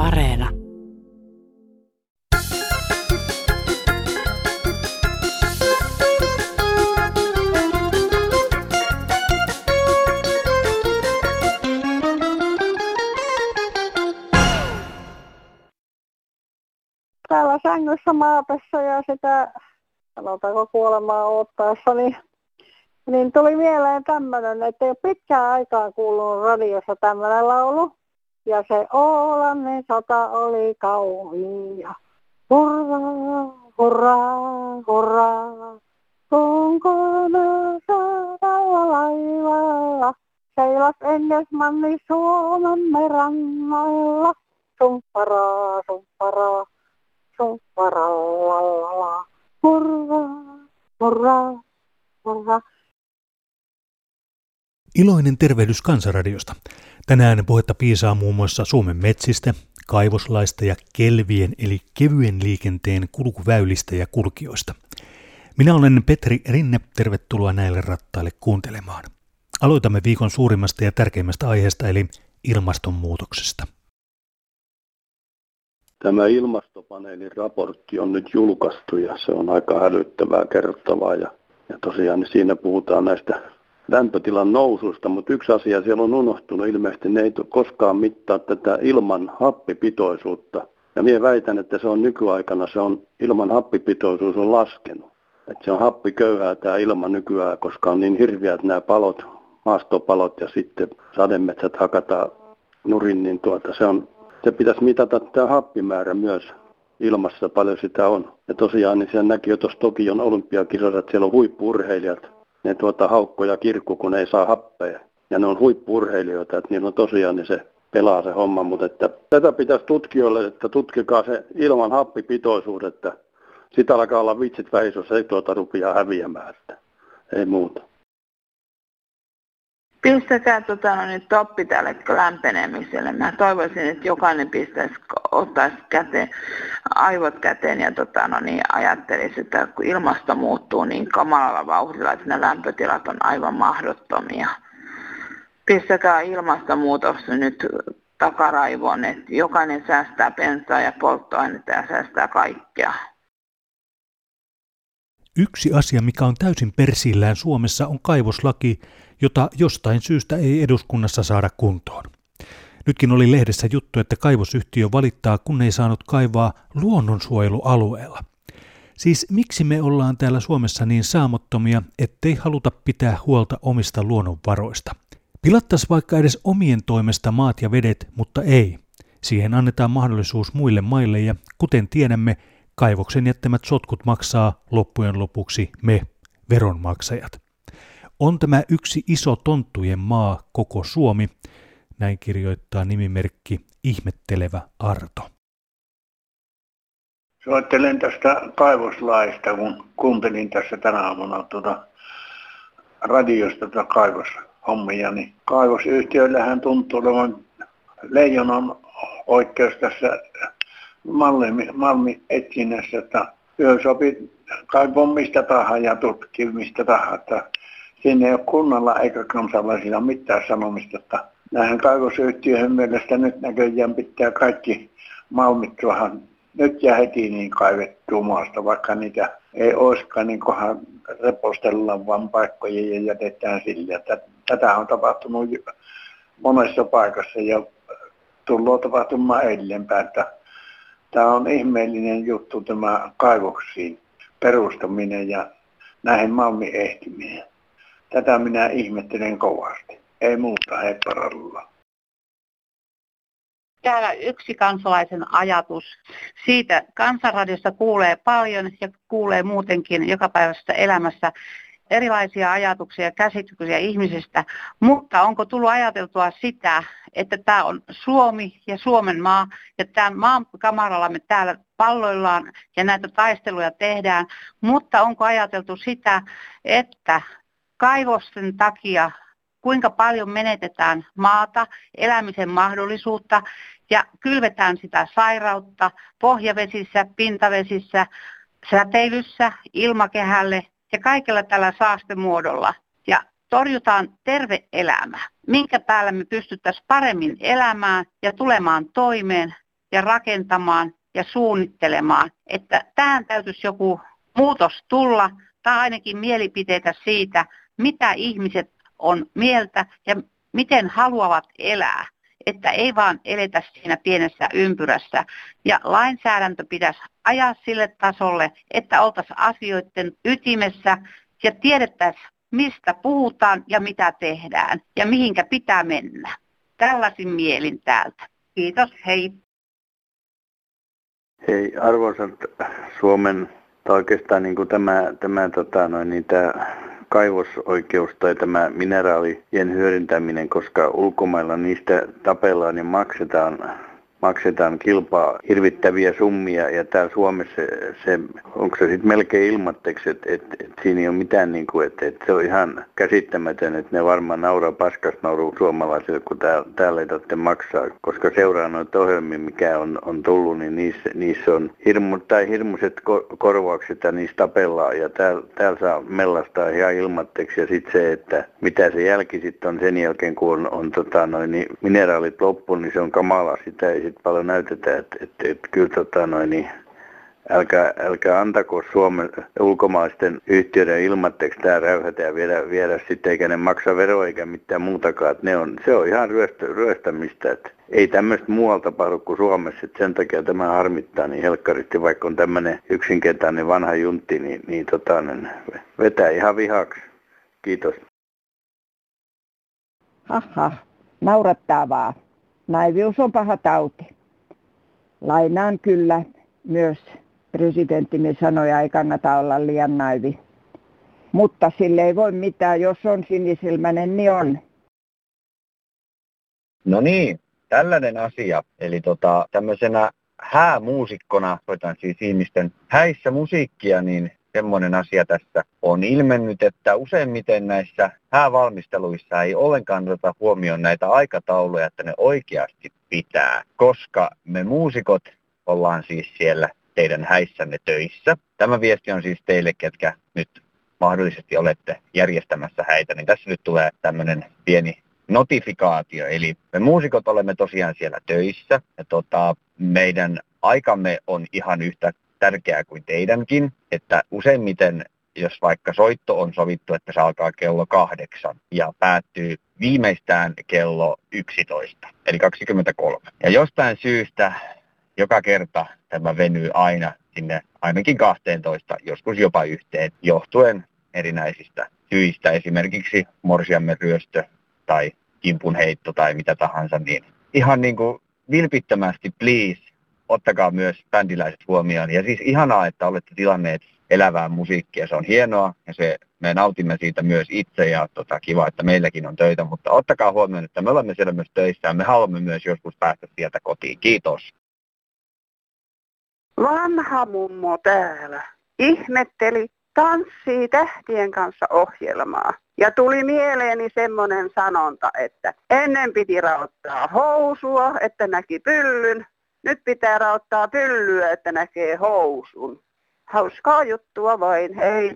Areena. Täällä sängyssä maatessa ja sitä, sanotaanko kuolemaa odottaessa, niin tuli mieleen tämmöinen, että ei ole pitkään aikaan kuulunut radiossa tämmöinen laulu. Ja se Oolannin sota oli kauhia. Hurraa, hurraa, hurraa, kunkana sadalla laivalla. Seilas engelsmanni Suomemme rannalla. Sumpparaa, sumpparaa, sumpparallalla. Hurraa, hurraa, hurraa. Iloinen tervehdys Kansanradiosta. Tänään puhetta piisaa muun muassa Suomen metsistä, kaivoslaista ja kelvien eli kevyen liikenteen kulkuväylistä ja kulkijoista. Minä olen Petri Rinne, tervetuloa näille rattaille kuuntelemaan. Aloitamme viikon suurimmasta ja tärkeimmästä aiheesta eli ilmastonmuutoksesta. Tämä ilmastopaneelin raportti on nyt julkaistu ja se on aika hälyttävää kerrottavaa ja tosiaan niin siinä puhutaan näistä lämpötilan noususta, mutta yksi asia siellä on unohtunut ilmeisesti, ne ei koskaan mittaa tätä ilman happipitoisuutta. Ja minä väitän, että se on nykyaikana, ilman happipitoisuus on laskenut. Että se on happiköyhää tämä ilma nykyään, koska on niin hirviät nämä palot, maastopalot ja sitten sademetsät hakataan nurin, niin se pitäisi mitata tämä happimäärä myös ilmassa, paljon sitä on. Ja tosiaan niin sen näki jo tuossa Tokion olympiakisossa, että siellä on huippu-urheilijat. Ne haukkoja kirkku, kun ei saa happea. Ja ne on huippu-urheilijoita, että niillä on tosiaan niin se pelaa se homma. Mutta että tätä pitäisi tutkijoille, että tutkikaa se ilman happipitoisuus, että sitä alkaa olla vitsit vähissä, ei rupeaa häviämään, että ei muuta. Pistäkää nyt toppi tälle lämpenemiselle. Mä toivoisin, että jokainen ottaisi aivot käteen ja ajattelisi, että kun ilmasto muuttuu niin kamalalla vauhdilla, että ne lämpötilat on aivan mahdottomia. Pistäkää ilmastonmuutos nyt takaraivoon, että jokainen säästää bensaa ja polttoainetta ja säästää kaikkea. Yksi asia, mikä on täysin persillään Suomessa, on kaivoslaki, jota jostain syystä ei eduskunnassa saada kuntoon. Nytkin oli lehdessä juttu, että kaivosyhtiö valittaa, kun ei saanut kaivaa luonnonsuojelualueella. Siis miksi me ollaan täällä Suomessa niin saamottomia, ettei haluta pitää huolta omista luonnonvaroista? Pilattaisi vaikka edes omien toimesta maat ja vedet, mutta ei. Siihen annetaan mahdollisuus muille maille ja kuten tiedämme, kaivoksen jättämät sotkut maksaa loppujen lopuksi me, veronmaksajat. On tämä yksi iso tonttujen maa koko Suomi, näin kirjoittaa nimimerkki Ihmettelevä Arto. Soittelen tästä kaivoslaista, kun kuuntelin tässä tänä aamuna radiosta kaivoshommia, niin kaivosyhtiöillähän tuntuu olevan leijonan oikeus tässä Malmin etsinnässä, että sopii kaivaa mistä tahansa ja tutkia mistä tahansa. Siinä ei ole kunnalla eikä kansalaisilla mitään sanomista, että näihin kaivosyhtiöiden mielestä nyt näköjään pitää kaikki malmit tuohon nyt ja heti niin kaivettua maasta, vaikka niitä ei olisikaan, niin kunhan repostellaan vaan paikkoja ja jätetään sille. Tätä on tapahtunut monessa paikassa ja tullut tapahtumaan edelleenpäin. Tämä on ihmeellinen juttu tämä kaivoksiin perustaminen ja näihin malmin ehtiminen. Tätä minä ihmettelen kovasti. Ei muuta, hepparalla. Täällä yksi kansalaisen ajatus. Siitä Kansanradiosta kuulee paljon ja kuulee muutenkin jokapäiväisessä elämässä erilaisia ajatuksia ja käsityksiä ihmisistä. Mutta onko tullut ajateltua sitä, että tämä on Suomi ja Suomen maa ja tämän maan kamaralla me täällä palloillaan ja näitä taisteluja tehdään. Mutta onko ajateltu sitä, että kaivosten takia kuinka paljon menetetään maata, elämisen mahdollisuutta ja kylvetään sitä sairautta pohjavesissä, pintavesissä, säteilyssä, ilmakehälle ja kaikella tällä saastemuodolla. Ja torjutaan terve elämä, minkä päällä me pystyttäisiin paremmin elämään ja tulemaan toimeen ja rakentamaan ja suunnittelemaan. Että tähän täytyisi joku muutos tulla tai ainakin mielipiteitä siitä, mitä ihmiset on mieltä ja miten haluavat elää. Että ei vaan eletä siinä pienessä ympyrässä. Ja lainsäädäntö pitäisi ajaa sille tasolle, että oltaisiin asioiden ytimessä ja tiedettäisiin, mistä puhutaan ja mitä tehdään ja mihinkä pitää mennä. Tällaisin mielin täältä. Kiitos, hei. Hei, arvoisat Suomen, tai oikeastaan niin kuin tämä kaivosoikeus tai tämä mineraalien hyödyntäminen, koska ulkomailla niistä tapellaan ja maksetaan kilpaa hirvittäviä summia ja täällä Suomessa onko se sitten melkein ilmatteeksi, että siinä ei ole mitään niin kuin, että se on ihan käsittämätön, että ne varmaan nauraa paskasnauru suomalaisille, kun täällä ei tarvitse maksaa, koska seuraa noita ohjelmia, mikä on tullut, niin niissä on hirmuiset korvaukset ja niistä tapellaan ja täällä saa mellastaa ihan ilmatteeksi ja sitten se, että mitä se jälki sitten on sen jälkeen, kun on mineraalit loppu, niin se on kamala, sitä ei sitten paljon näytetä, että kyllä älkää antako Suomen ulkomaisten yhtiöiden ilmatteeksi tää räyhätä ja viedä sitten, eikä ne maksa veroa eikä mitään muutakaan. Se on ihan ryöstämistä, että ei tämmöistä muualta tapahdu kuin Suomessa, että sen takia tämä harmittaa niin helkkaristi, vaikka on tämmöinen yksinkertainen vanha juntti, niin vetää ihan vihaksi. Kiitos. Haha, naurattaa vaan. Naivius on paha tauti. Lainaan kyllä myös presidenttimme sanoja, ei kannata olla liian naivi. Mutta sille ei voi mitään, jos on sinisilmäinen, niin on. No niin, tällainen asia. Eli tämmöisenä häämuusikkona, soitan siis ihmisten häissä musiikkia, niin semmoinen asia tässä on ilmennyt, että useimmiten näissä häävalmisteluissa ei ollenkaan oteta huomioon näitä aikatauluja, että ne oikeasti pitää, koska me muusikot ollaan siis siellä teidän häissänne töissä. Tämä viesti on siis teille, ketkä nyt mahdollisesti olette järjestämässä häitä, niin tässä nyt tulee tämmöinen pieni notifikaatio. Eli me muusikot olemme tosiaan siellä töissä ja meidän aikamme on ihan yhtä tärkeää kuin teidänkin, että useimmiten, jos vaikka soitto on sovittu, että se alkaa kello 8 ja päättyy viimeistään kello 11, eli 23. Ja jostain syystä joka kerta tämä venyy aina sinne ainakin 12, joskus jopa 1, johtuen erinäisistä syistä, esimerkiksi morsiamme ryöstö tai kimpunheitto tai mitä tahansa, niin ihan niin kuin vilpittömästi please, ottakaa myös bändiläiset huomioon. Ja siis ihanaa, että olette tilanneet elävää musiikkia, se on hienoa ja me nautimme siitä myös itse ja kiva, että meilläkin on töitä, mutta ottakaa huomioon, että me olemme siellä myös töissä ja me haluamme myös joskus päästä sieltä kotiin. Kiitos. Vanha mummo täällä ihmetteli Tanssii tähtien kanssa -ohjelmaa. Ja tuli mieleeni semmoinen sanonta, että ennen piti raottaa housua, että näki pyllyn. Nyt pitää raottaa pyllyä, että näkee housun. Hauskaa juttua vain, hei.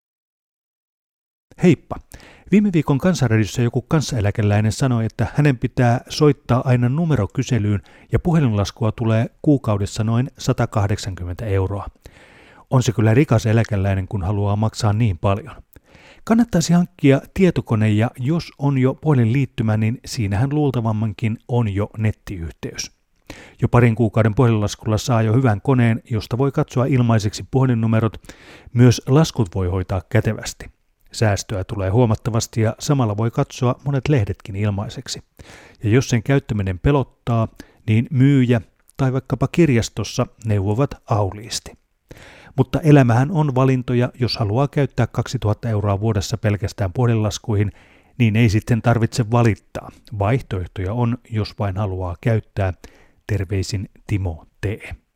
Heippa. Viime viikon Kansanradiossa joku kanssaeläkeläinen sanoi, että hänen pitää soittaa aina numerokyselyyn ja puhelinlaskua tulee kuukaudessa noin 180 €. On se kyllä rikas eläkeläinen, kun haluaa maksaa niin paljon. Kannattaisi hankkia tietokone ja jos on jo puhelinliittymä, niin siinähän luultavammankin on jo nettiyhteys. Jo parin kuukauden puhelinlaskulla saa jo hyvän koneen, josta voi katsoa ilmaiseksi puhelinnumerot. Myös laskut voi hoitaa kätevästi. Säästöä tulee huomattavasti ja samalla voi katsoa monet lehdetkin ilmaiseksi. Ja jos sen käyttäminen pelottaa, niin myyjä tai vaikkapa kirjastossa neuvovat auliisti. Mutta elämähän on valintoja, jos haluaa käyttää 2000 € vuodessa pelkästään puhelinlaskuihin, niin ei sitten tarvitse valittaa. Vaihtoehtoja on, jos vain haluaa käyttää. Terveisin Timo T.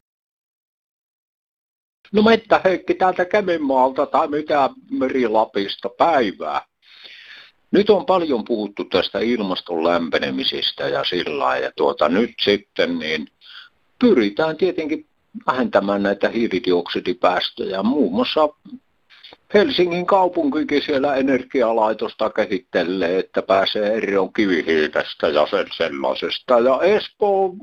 No Metta Heikki täältä Keminmaalta tai mitä Meri-Lapista, päivää. Nyt on paljon puhuttu tästä ilmaston lämpenemisestä ja sillä ja nyt sitten niin pyritään tietenkin vähentämään näitä hiilidioksidipäästöjä. Muun muassa Helsingin kaupunkikin siellä energialaitosta kehittelee, että pääsee eroon kivihiilestä ja sen sellaisesta. Ja Espoo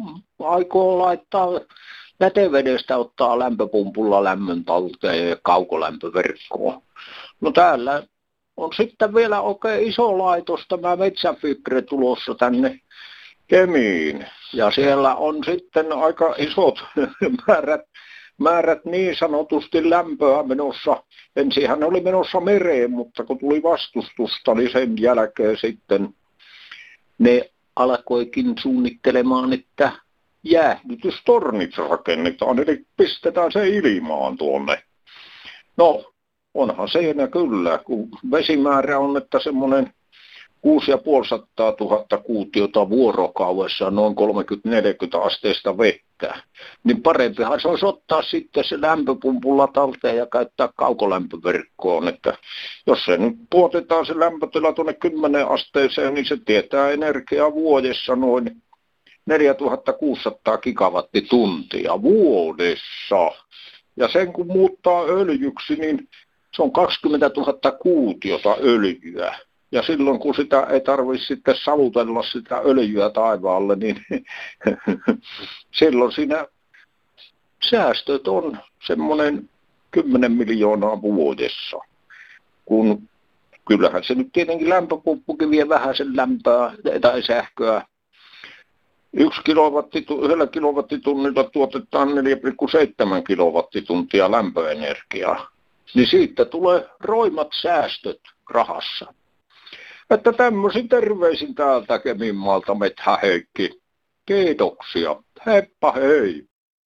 aikoo laittaa jätevedestä, ottaa lämpöpumpulla lämmön talteen ja kaukolämpöverkkoon. No täällä on sitten vielä oikein iso laitos, tämä Metsäfibре tulossa tänne Kemiin. Ja siellä on sitten aika isot määrät niin sanotusti lämpöä menossa. Ensinhän oli menossa mereen, mutta kun tuli vastustusta, niin sen jälkeen sitten ne alkoikin suunnittelemaan, että jäähdytystornit rakennetaan, eli pistetään se ilmaan tuonne. No, onhan siinä kyllä, kun vesimäärä on, että semmoinen 650 000 kuutiota vuorokaudessa, noin 30-40 asteista vettä, niin parempihan se olisi ottaa sitten se lämpöpumpulla talteen ja käyttää kaukolämpöverkkoon, että jos se nyt puotetaan se lämpötila tuonne 10 asteeseen, niin se tietää energiaa vuodessa noin 4600 gigawattituntia vuodessa. Ja sen kun muuttaa öljyksi, niin se on 20 000 kuutiota öljyä. Ja silloin kun sitä ei tarvitse sitten savutella sitä öljyä taivaalle, niin silloin siinä säästöt on semmoinen 10 miljoonaa vuodessa. Kun kyllähän se nyt tietenkin lämpöpumppukin vie vähän sen lämpöä tai sähköä. 1 kilowattitunnilla tuotetaan 4,7 kilowattituntia lämpöenergiaa. Niin siitä tulee roimat säästöt rahassa. Että tämmöisin terveisin täältä Keminmaalta Metsä Heikki. Kiitoksia. Heippa hei.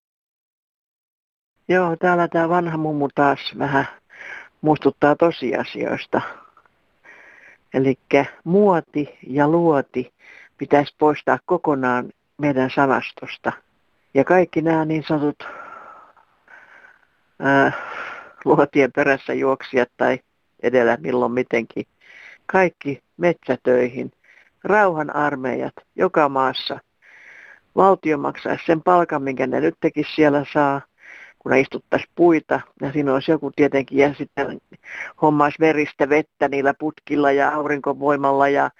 Joo, täällä tämä vanha mummu taas vähän muistuttaa tosiasioista. Elikkä muoti ja luoti pitäisi poistaa kokonaan meidän sanastosta. Ja kaikki nämä niin sanotut luotien perässä juoksijat tai edellä milloin mitenkin. Kaikki metsätöihin, rauhan armeijat joka maassa. Valtio maksaisi sen palkan, minkä ne nyt tekisi siellä saa, kun ne istuttaisi puita. Ja siinä olisi joku tietenkin, ja sitten hommaisi veristä vettä niillä putkilla ja aurinkovoimalla ja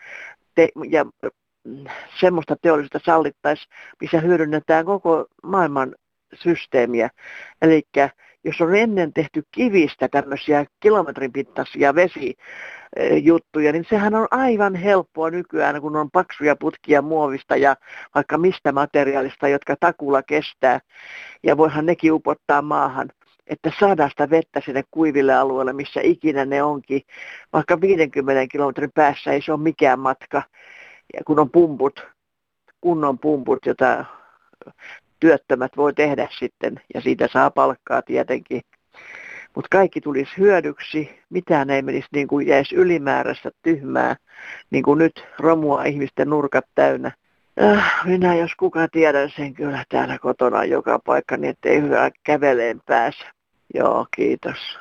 semmoista teollisuutta sallittaisi, missä hyödynnetään koko maailman systeemiä. Eli jos on ennen tehty kivistä tämmöisiä kilometrin mittaisia vesijuttuja, niin sehän on aivan helppoa nykyään, kun on paksuja putkia muovista ja vaikka mistä materiaalista, jotka takulla kestää. Ja voihan nekin upottaa maahan, että saadaan sitä vettä sinne kuiville alueelle, missä ikinä ne onkin. Vaikka 50 kilometrin päässä ei se ole mikään matka, ja kun on kunnon pumput, jota työttömät voi tehdä sitten, ja siitä saa palkkaa tietenkin. Mutta kaikki tulisi hyödyksi, mitään ei menisi niin kuin jäisi ylimääräistä tyhmää, niin kuin nyt romua ihmisten nurkat täynnä. Minä jos kuka tiedän sen kyllä täällä kotona joka paikka, niin ettei hyvä käveleen pääse. Joo, kiitos.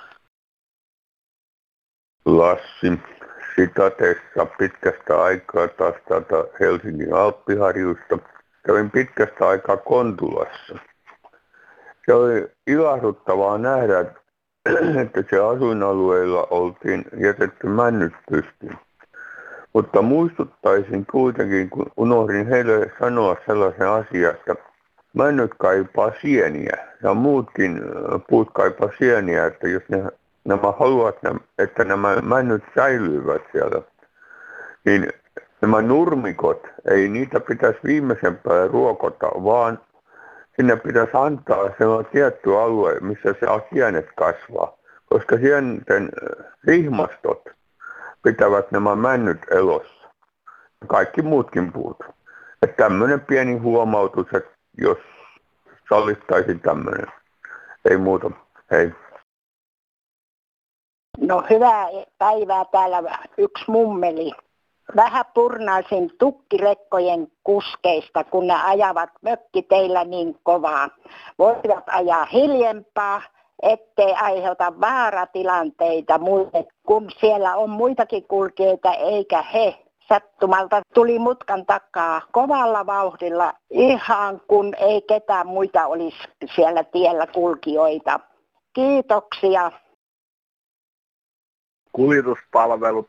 Lassi, Sitatessa pitkästä aikaa taas täältä Helsingin Alppiharjusta. Kävin pitkästä aikaa Kontulassa. Se oli ilahduttavaa nähdä, että se asuinalueilla oltiin jätetty männyt pystyyn. Mutta muistuttaisin kuitenkin, kun unohdin heille sanoa sellaisen asian, että männyt kaipaa sieniä ja muutkin puut kaipaa sieniä, että jos nämä haluavat, että nämä männyt säilyvät siellä, niin nämä nurmikot, ei niitä pitäisi viimeisen päälle ruokota, vaan sinne pitäisi antaa sellainen tietty alue, missä se sienet kasvaa, koska sienten rihmastot pitävät nämä männyt elossa. Kaikki muutkin puut. Että tämmöinen pieni huomautus, että jos sallittaisiin tämmöinen. Ei muuta. Hei. No hyvää päivää täällä yksi mummeli. Vähän purnaisin tukkirekkojen kuskeista, kun ne ajavat mökkiteillä niin kovaa. Voivat ajaa hiljempaa, ettei aiheuta vaaratilanteita muille, kun siellä on muitakin kulkijoita, eikä he sattumalta tuli mutkan takaa kovalla vauhdilla, ihan kun ei ketään muita olisi siellä tiellä kulkijoita. Kiitoksia. Kuljetuspalvelut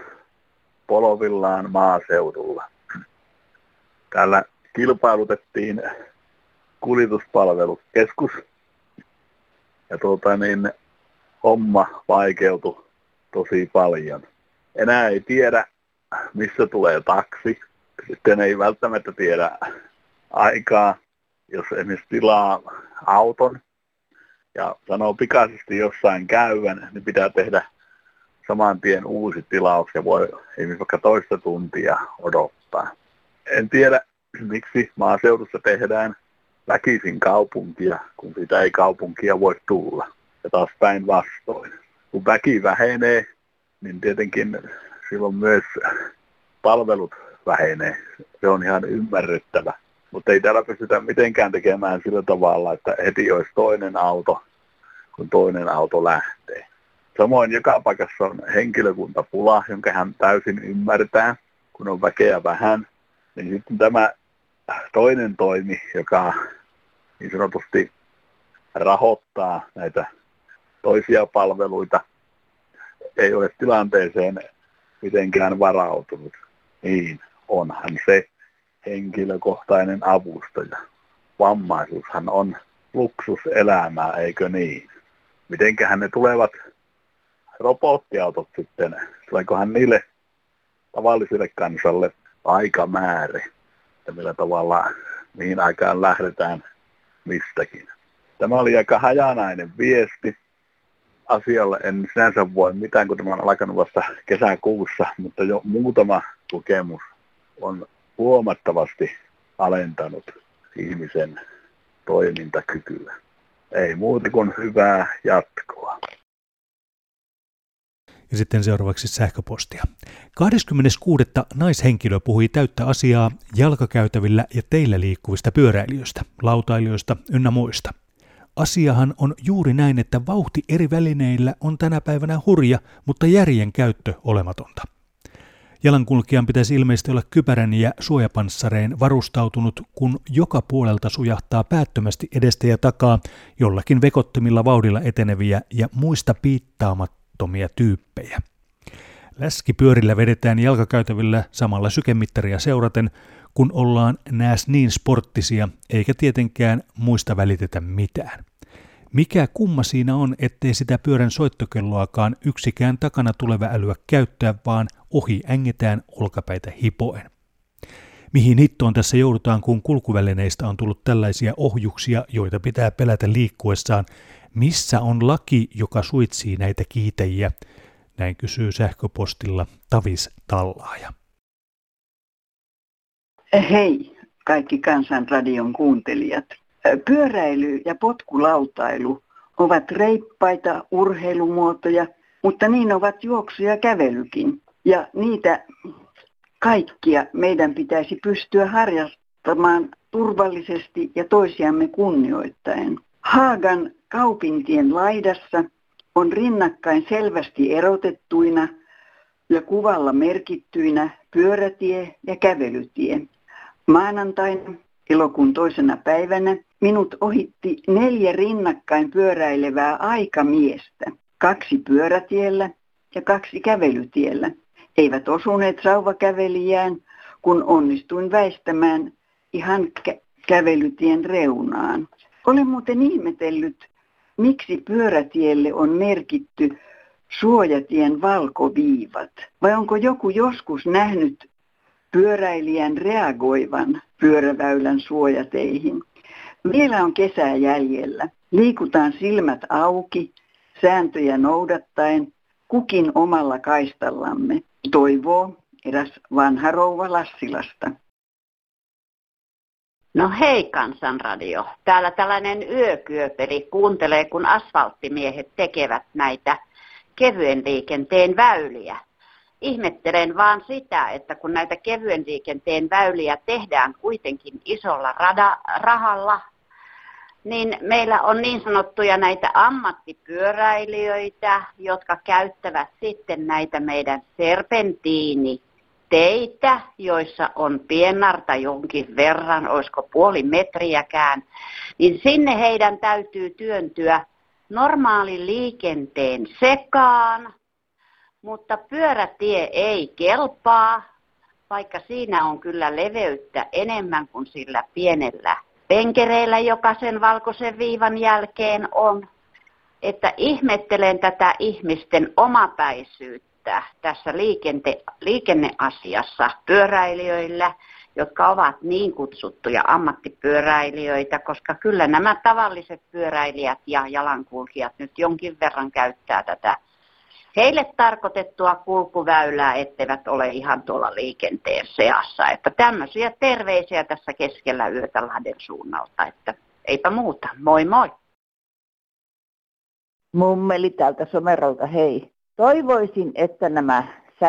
polvillaan maaseudulla. Täällä kilpailutettiin kuljetuspalvelukeskus. Ja homma vaikeutui tosi paljon. Enää ei tiedä, missä tulee taksi. Sitten ei välttämättä tiedä aikaa, jos esimerkiksi tilaa auton ja sanoo pikaisesti jossain käyvän, niin pitää tehdä saman tien uusi tilaus ja voi esimerkiksi vaikka toista tuntia odottaa. En tiedä, miksi maaseudussa tehdään väkisin kaupunkia, kun sitä ei kaupunkia voi tulla. Ja taas päinvastoin. Kun väki vähenee, niin tietenkin silloin myös palvelut vähenee. Se on ihan ymmärrettävä. Mutta ei täällä pystytä mitenkään tekemään sillä tavalla, että heti olisi toinen auto, kun toinen auto lähtee. Samoin joka paikassa on henkilökuntapula, jonka hän täysin ymmärtää, kun on väkeä vähän. Niin sitten tämä toinen toimi, joka niin sanotusti rahoittaa näitä toisia palveluita, ei ole tilanteeseen mitenkään varautunut. Niin, onhan se henkilökohtainen avustaja. Vammaisuushan on luksuselämää, eikö niin? Mitenköhän ne tulevat robottiautot sitten, tuleekohan niille tavallisille kansalle aikamäärä, että millä tavalla, mihin aikaan lähdetään mistäkin. Tämä oli aika hajanainen viesti. Asialle en sinänsä voi mitään, kun tämä on alkanut vasta kesäkuussa, mutta jo muutama kokemus on huomattavasti alentanut ihmisen toimintakykyä. Ei muuta kuin hyvää jatkoa. Ja sitten seuraavaksi sähköpostia. 26. naishenkilö puhui täyttä asiaa jalkakäytävillä ja teillä liikkuvista pyöräilijöistä, lautailijoista ynnä muista. Asiahan on juuri näin, että vauhti eri välineillä on tänä päivänä hurja, mutta järjen käyttö olematonta. Jalankulkijan pitäisi ilmeisesti olla kypärän ja suojapanssareen varustautunut, kun joka puolelta sujahtaa päättömästi edestä ja takaa jollakin vekottimilla vauhdilla eteneviä ja muista piittaamattomia tyyppejä. Läskipyörillä vedetään jalkakäytävillä samalla sykemittaria seuraten, kun ollaan nääs niin sporttisia, eikä tietenkään muista välitetä mitään. Mikä kumma siinä on, ettei sitä pyörän soittokelloakaan yksikään takana tuleva älyä käyttää, vaan ohi ängetään olkapäitä hipoen. Mihin hittoon tässä joudutaan, kun kulkuvälineistä on tullut tällaisia ohjuksia, joita pitää pelätä liikkuessaan? Missä on laki, joka suitsii näitä kiitäjiä? Näin kysyy sähköpostilla Tavis Tallaaja. Hei kaikki Kansanradion kuuntelijat. Pyöräily ja potkulautailu ovat reippaita urheilumuotoja, mutta niin ovat juoksu ja kävelykin. Ja niitä kaikkia meidän pitäisi pystyä harjoittamaan turvallisesti ja toisiamme kunnioittaen. Haagan kaupintien laidassa on rinnakkain selvästi erotettuina ja kuvalla merkittyinä pyörätie ja kävelytie. Maanantaina elokuun 2. päivänä minut ohitti 4 rinnakkain pyöräilevää aikamiestä. 2 pyörätiellä ja 2 kävelytiellä. Eivät osuneet sauvakävelijään, kun onnistuin väistämään ihan kävelytien reunaan. Olen muuten ihmetellyt, miksi pyörätielle on merkitty suojatien valkoviivat. Vai onko joku joskus nähnyt pyöräilijän reagoivan pyöräväylän suojateihin? Vielä on kesää jäljellä. Liikutaan silmät auki, sääntöjä noudattaen, kukin omalla kaistallamme. Toivoo eräs vanha rouva Lassilasta. No hei Kansanradio. Täällä tällainen yökyöpeli kuuntelee, kun asfalttimiehet tekevät näitä kevyen liikenteen väyliä. Ihmettelen vaan sitä, että kun näitä kevyen liikenteen väyliä tehdään kuitenkin isolla rahalla, niin meillä on niin sanottuja näitä ammattipyöräilijöitä, jotka käyttävät sitten näitä meidän serpentiiniteitä, joissa on piennarta jonkin verran, olisiko puoli metriäkään, niin sinne heidän täytyy työntyä normaalin liikenteen sekaan, mutta pyörätie ei kelpaa, vaikka siinä on kyllä leveyttä enemmän kuin sillä pienellä penkereillä jokaisen valkoisen viivan jälkeen on. Että ihmettelen tätä ihmisten omapäisyyttä tässä liikenneasiassa pyöräilijöillä, jotka ovat niin kutsuttuja ammattipyöräilijöitä, koska kyllä nämä tavalliset pyöräilijät ja jalankulkijat nyt jonkin verran käyttää tätä heille tarkoitettua kulkuväylää, etteivät ole ihan tuolla liikenteen seassa. Että tämmöisiä terveisiä tässä keskellä yötä Lahden suunnalta, että eipä muuta. Moi moi! Mummeli täältä Somerolta, hei. Toivoisin, että nämä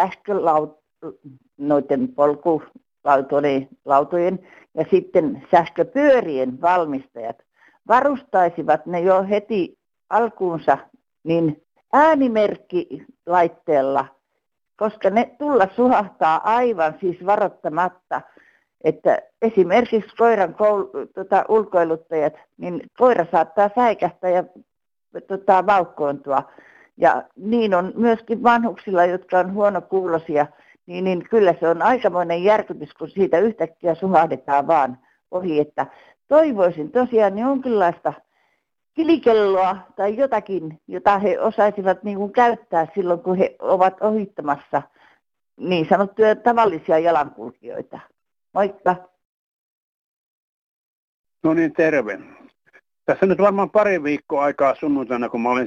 noiden polkulautojen ja sitten sähköpyörien valmistajat varustaisivat ne jo heti alkuunsa niin äänimerkkilaitteella, koska ne tulla suhahtaa aivan siis varoittamatta, että esimerkiksi koiran ulkoiluttajat, niin koira saattaa säikähtää ja vauhkoontua. Ja niin on myöskin vanhuksilla, jotka on huonokuuloisia, niin kyllä se on aikamoinen järkytys, kun siitä yhtäkkiä suhahdetaan vaan ohi. Että toivoisin tosiaan jonkinlaista kilikelloa tai jotakin, jota he osaisivat niin kuin käyttää silloin, kun he ovat ohittamassa niin sanottuja tavallisia jalankulkijoita. Moikka! No niin, terve. Tässä nyt varmaan pari viikkoa aikaa sunnuntaina, kun mä olin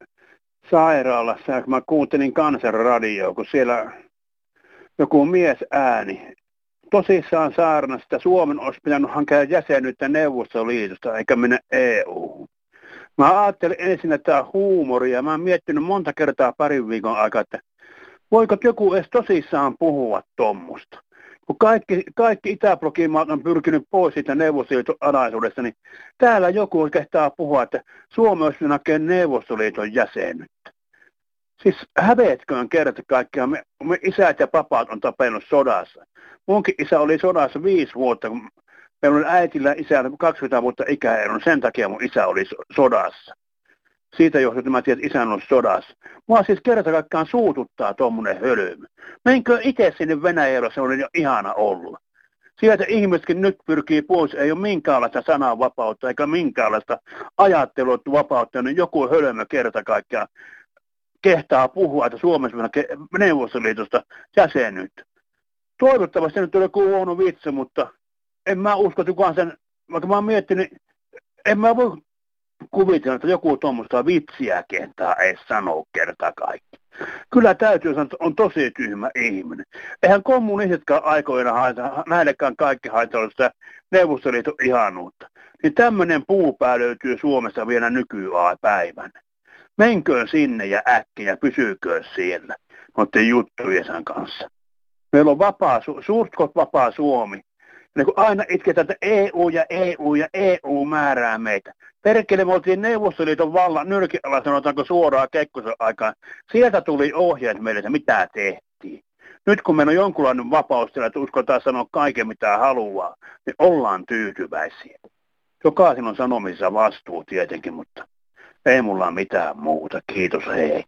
sairaalassa ja kun mä kuuntelin Kansanradioa, kun siellä joku mies ääni tosissaan saarnasi, että Suomen olisi pitänyt hankkia jäsenyyttä Neuvostoliitosta eikä mennä EU. Mä ajattelin ensin, että tämä on huumoria ja mä oon miettinyt monta kertaa parin viikon aikaa, että voiko joku edes tosissaan puhua tuommoista. Kun kaikki Itäblogin maat on pyrkinyt pois siitä Neuvostoliiton alaisuudesta, niin täällä joku kehtaa puhua, että Suomi olisi nakea Neuvostoliiton jäsenyyttä. Siis hävetköön kerta kaikkiaan, me isät ja papat on tapellut sodassa. Munkin isä oli sodassa 5 vuotta, kun meillä oli äitillä isällä 20 vuotta ikäero, sen takia mun isä oli sodassa. Siitä johtui, että mä tiedän, että isä on ollut sodassa. Mua siis kerta kaikkiaan suututtaa tuommoinen hölmö. Menkö itse sinne Venäjällä, se oli jo ihana olla. Sieltä ihmisetkin nyt pyrkii pois, ei ole minkäänlaista sananvapautta eikä minkäänlaista ajatteluvapautta, niin joku hölmö kerta kaikkiaan kehtaa puhua, että Suomessa Neuvostoliitosta jäsenyyttä. Toivottavasti nyt oli joku huono vitsi, mutta en mä usko, että kukaan sen, vaikka mä oon miettinyt, en mä voi kuvitella, että joku tuommoista vitsiä kehtaa ei sanoa kerta kaikki. Kyllä täytyy sanoa, että on tosi tyhmä ihminen. Eihän kommunistitkaan aikoina näillekään kaikki haitalla sitä Neuvostoliiton ihanuutta. Niin tämmöinen puupää löytyy Suomessa vielä nykypäivänä. Menköön sinne ja äkkiä, pysyköön siellä noiden juttujensa kanssa. Meillä on suurtkot vapaa Suomi. Ja kun aina itketään, että EU ja EU ja EU määrää meitä. Perkele, me oltiin Neuvostoliiton vallan nyrkillä, sanotaanko suoraan Kekkosen aikaan. Sieltä tuli ohjeet meille, että mitä tehtiin. Nyt kun meillä on jonkunlainen vapaustila, että uskotaan sanoa kaiken mitä haluaa, niin ollaan tyytyväisiä. Jokaisen on sanomissa vastuu tietenkin, mutta ei mulla mitään muuta. Kiitos, hei.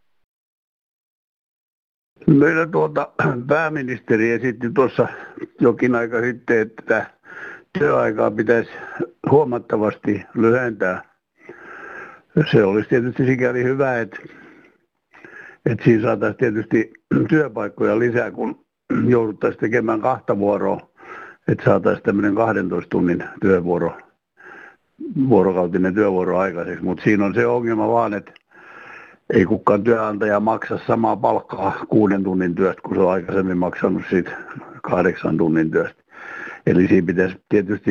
Meillä pääministeri esitti tuossa jokin aika sitten, että työaikaa pitäisi huomattavasti lyhentää. Se olisi tietysti sikäli hyvä, että siinä saataisiin tietysti työpaikkoja lisää, kun jouduttaisiin tekemään 2 vuoroa, että saataisiin tämmöinen 12 tunnin vuorokautinen työvuoro aikaiseksi. Mutta siinä on se ongelma vaan, että ei kukaan työnantaja maksa samaa palkkaa 6 tunnin työstä, kun se on aikaisemmin maksanut siitä 8 tunnin työstä. Eli siinä pitäisi tietysti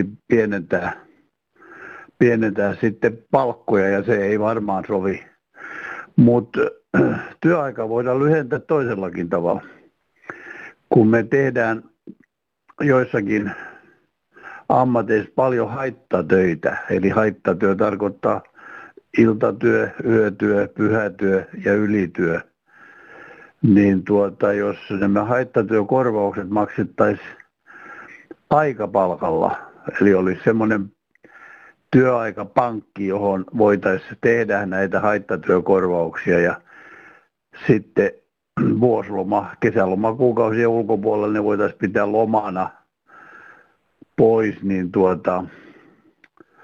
pienentää sitten palkkoja ja se ei varmaan sovi. Mutta työaika voidaan lyhentää toisellakin tavalla. Kun me tehdään joissakin ammateissa paljon haittatöitä, eli haittatyö tarkoittaa iltatyö, yötyö, pyhätyö ja ylityö, niin jos nämä haittatyökorvaukset maksettaisiin aikapalkalla, eli olisi semmoinen työaikapankki, johon voitaisiin tehdä näitä haittatyökorvauksia ja sitten vuosiloma, kesälomakuukausien ulkopuolella ne voitaisiin pitää lomana pois, niin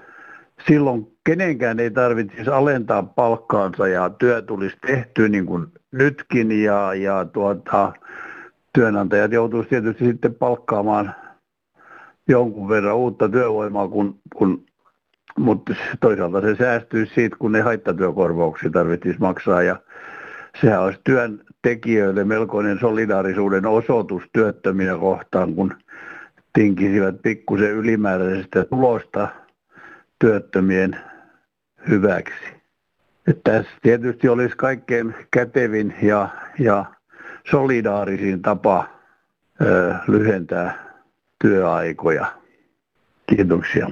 silloin kenenkään ei tarvitsisi alentaa palkkaansa ja työ tulisi tehtyä niin kuin nytkin ja työnantajat joutuisi tietysti sitten palkkaamaan jonkun verran uutta työvoimaa, mutta toisaalta se säästyisi siitä, kun ne haittatyökorvauksia tarvitsisi maksaa ja sehän olisi työntekijöille melkoinen solidaarisuuden osoitus työttömiä kohtaan, kun tinkisivät pikkusen ylimääräisestä tulosta työttömien hyväksi. Että tässä tietysti olisi kaikkein kätevin ja solidaarisin tapa lyhentää työaikoja. Kiitoksia.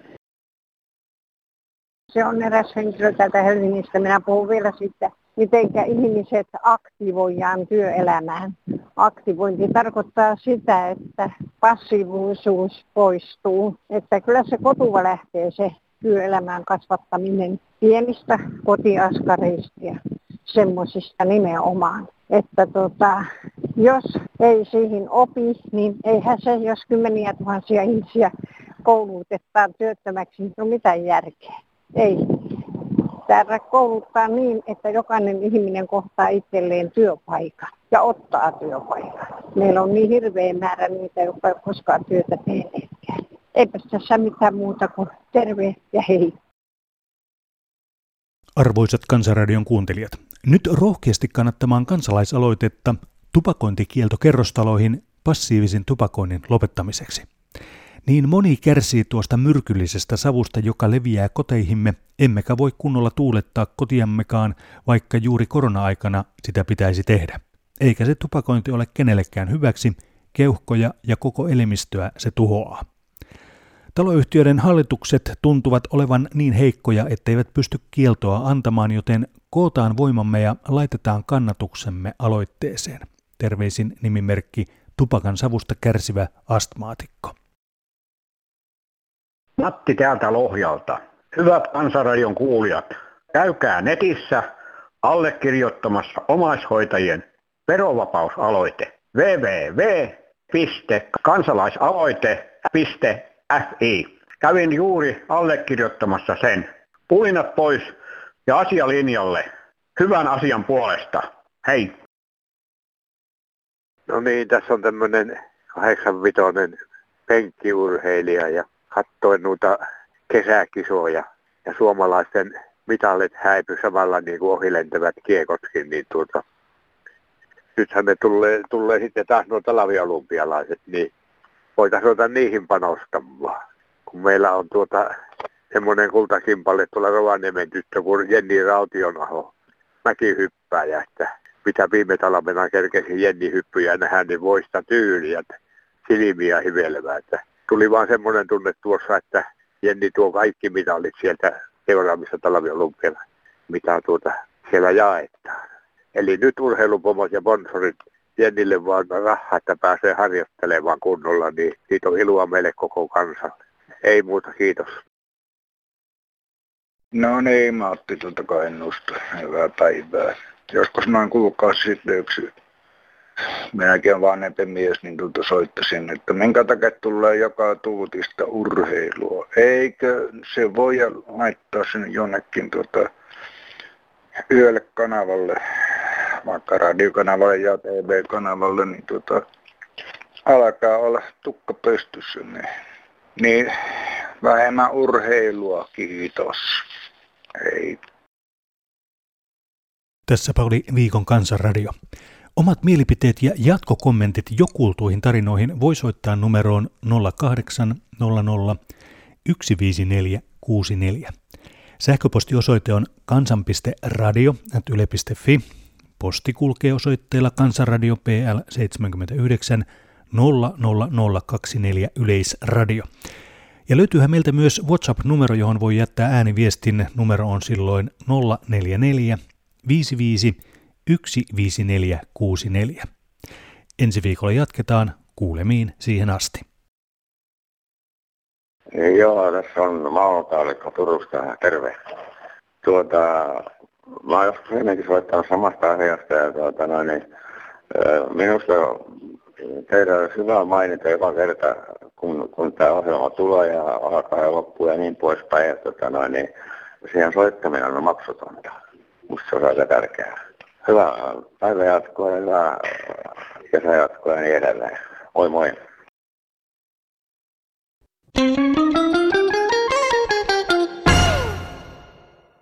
Se on eräs henkilö täältä Helsingistä. Minä puhun vielä siitä, miten ihmiset aktivoidaan työelämään. Aktivointi tarkoittaa sitä, että passiivisuus poistuu. Että kyllä se kotua lähtee se työelämään kasvattaminen pienistä kotiaskareista ja semmoisista nimenomaan. Että jos ei siihen opi, niin eihän se, jos 10 000 ihmisiä koulutetaan työttömäksi, niin on mitään järkeä. Ei. Täällä kouluttaa niin, että jokainen ihminen kohtaa itselleen työpaikan ja ottaa työpaikan. Meillä on niin hirveä määrä niitä, jotka ei koskaan työtä tehneetkään. Eipä tässä mitään muuta kuin terve ja hei. Arvoisat Kansanradion kuuntelijat, nyt rohkeasti kannattamaan kansalaisaloitetta tupakointikielto kerrostaloihin passiivisen tupakoinnin lopettamiseksi. Niin moni kärsii tuosta myrkyllisestä savusta, joka leviää koteihimme, emmekä voi kunnolla tuulettaa kotiammekaan, vaikka juuri korona-aikana sitä pitäisi tehdä. Eikä se tupakointi ole kenellekään hyväksi, keuhkoja ja koko elimistöä se tuhoaa. Taloyhtiöiden hallitukset tuntuvat olevan niin heikkoja, etteivät pysty kieltoa antamaan, joten kootaan voimamme ja laitetaan kannatuksemme aloitteeseen. Terveisin nimimerkki tupakan savusta kärsivä astmaatikko. Matti täältä Lohjalta. Hyvät Kansanradion kuulijat, käykää netissä allekirjoittamassa omaishoitajien verovapausaloite www.kansalaisaloite.fi. Kävin juuri allekirjoittamassa sen. Pulinat pois ja asialinjalle. Hyvän asian puolesta. Hei! No niin, tässä on tämmöinen 8-vitoinen penkkiurheilija ja katsoin noita kesäkisoja ja suomalaisten mitallit häipy samalla niin kuin ohilentävät kiekotkin, niin nythän ne tulee sitten taas nuo talviolympialaiset, niin voitaisiin niihin panostamaan. Kun meillä on semmoinen kultakimpalle tuolla Rovaniemen tyttö kuin Jenni Rautionaho, mäkihyppääjä, että mitä viime talvena kerkesi Jenni hyppyjä nähdä, niin voista tyyliä, silmiä hivelevää. Että tuli vaan semmoinen tunne tuossa, että Jenni tuo kaikki mitallit sieltä seuraavissa talviolympialla, mitä siellä jaetaan. Eli nyt urheilupomot ja sponsorit Jennille vaan rahaa, että pääsee harjoittelemaan kunnolla, niin siitä on iloa meille koko kansalle. Ei muuta, kiitos. No niin, Matti Kannusta. Hyvää päivää. Joskus noin kuukausi sitten yksi, minäkin olen vanhempi mies, niin soittasin, että minkä takia tulee joka tuutista urheilua. Eikö se voi laittaa sen jonnekin yölle kanavalle, vaikka radiokanavalle ja TV-kanavalle, niin alkaa olla tukka pystyssä. Niin vähemmän urheilua, kiitos. Hei. Tässäpä oli viikon Kansanradio. Omat mielipiteet ja jatkokommentit jo kuultuihin tarinoihin voi soittaa numeroon 0800 154 64. Sähköpostiosoite on kansan.radio@yle.fi. Posti kulkee osoitteella Kansanradio PL 79 00024 Yleisradio. Ja löytyyhän meiltä myös WhatsApp-numero, johon voi jättää ääniviestin. Numero on silloin 044 55 154 64. Ensi viikolla jatketaan. Kuulemiin siihen asti. Joo, tässä on Mauno-Taalikko Turusta. Terve. Mä oon joskus ennenkin soittanut samasta asiasta ja minusta teidän olisi hyvä mainita joka kerta, kun tämä ohjelma tulee ja alkaa ja loppuu ja niin poispäin. Ja, niin siihen soittaminen on maksutonta. Musta se on aika tärkeää. Hyvää päivänjatkoa ja hyvää kesäjatkoa ja niin edelleen. Moi moi.